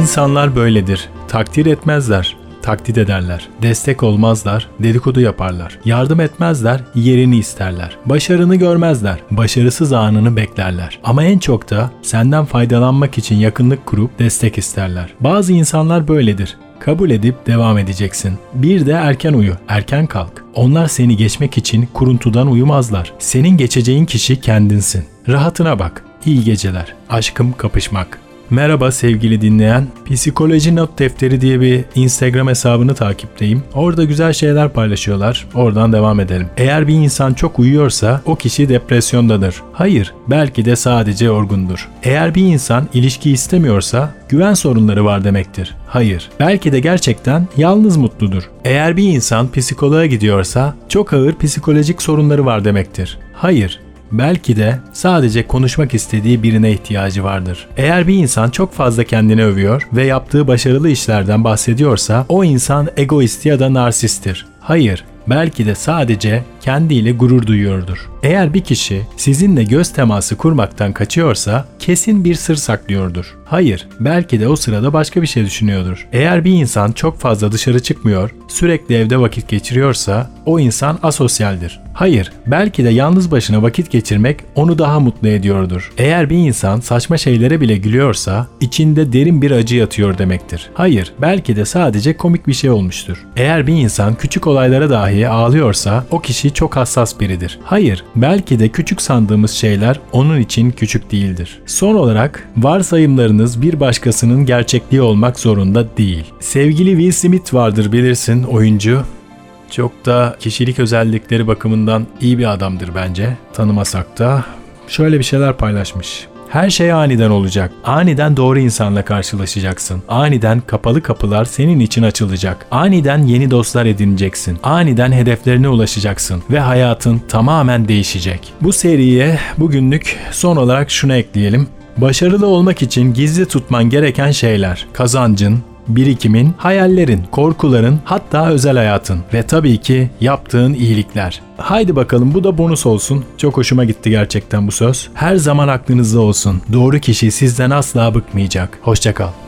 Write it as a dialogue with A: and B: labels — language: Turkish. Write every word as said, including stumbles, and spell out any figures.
A: İnsanlar böyledir. Takdir etmezler, taklit ederler. Destek olmazlar, dedikodu yaparlar. Yardım etmezler, yerini isterler. Başarını görmezler, başarısız anını beklerler. Ama en çok da senden faydalanmak için yakınlık kurup destek isterler. Bazı insanlar böyledir. Kabul edip devam edeceksin. Bir de erken uyu, erken kalk. Onlar seni geçmek için kuruntudan uyumazlar. Senin geçeceğin kişi kendinsin. Rahatına bak. İyi geceler. Aşkım kapışmak. Merhaba sevgili dinleyen. Psikoloji Not Defteri diye bir Instagram hesabını takipteyim. Orada güzel şeyler paylaşıyorlar. Oradan devam edelim. Eğer bir insan çok uyuyorsa o kişi depresyondadır. Hayır, belki de sadece yorgundur. Eğer bir insan ilişki istemiyorsa güven sorunları var demektir. Hayır, belki de gerçekten yalnız mutludur. Eğer bir insan psikoloğa gidiyorsa çok ağır psikolojik sorunları var demektir. Hayır, belki de sadece konuşmak istediği birine ihtiyacı vardır. Eğer bir insan çok fazla kendini övüyor ve yaptığı başarılı işlerden bahsediyorsa o insan egoist ya da narsisttir. Hayır, belki de sadece kendiyle gurur duyuyordur. Eğer bir kişi sizinle göz teması kurmaktan kaçıyorsa kesin bir sır saklıyordur. Hayır, belki de o sırada başka bir şey düşünüyordur. Eğer bir insan çok fazla dışarı çıkmıyor, sürekli evde vakit geçiriyorsa o insan asosyaldir. Hayır, belki de yalnız başına vakit geçirmek onu daha mutlu ediyordur. Eğer bir insan saçma şeylere bile gülüyorsa içinde derin bir acı yatıyor demektir. Hayır, belki de sadece komik bir şey olmuştur. Eğer bir insan küçük olaylara dahi ağlıyorsa o kişi çok hassas biridir. Hayır, belki de küçük sandığımız şeyler onun için küçük değildir. Son olarak varsayımlarınız bir başkasının gerçekliği olmak zorunda değil. Sevgili Will Smith vardır bilirsin, oyuncu. Çok da kişilik özellikleri bakımından iyi bir adamdır bence. Tanımasak da şöyle bir şeyler paylaşmış. Her şey aniden olacak. Aniden doğru insanla karşılaşacaksın. Aniden kapalı kapılar senin için açılacak. Aniden yeni dostlar edineceksin. Aniden hedeflerine ulaşacaksın ve hayatın tamamen değişecek. Bu seriye bugünlük son olarak şunu ekleyelim. Başarılı olmak için gizli tutman gereken şeyler: kazancın, birikimin, hayallerin, korkuların, hatta özel hayatın ve tabii ki yaptığın iyilikler. Haydi bakalım, bu da bonus olsun. Çok hoşuma gitti gerçekten bu söz. Her zaman aklınızda olsun. Doğru kişi sizden asla bıkmayacak. Hoşça kal.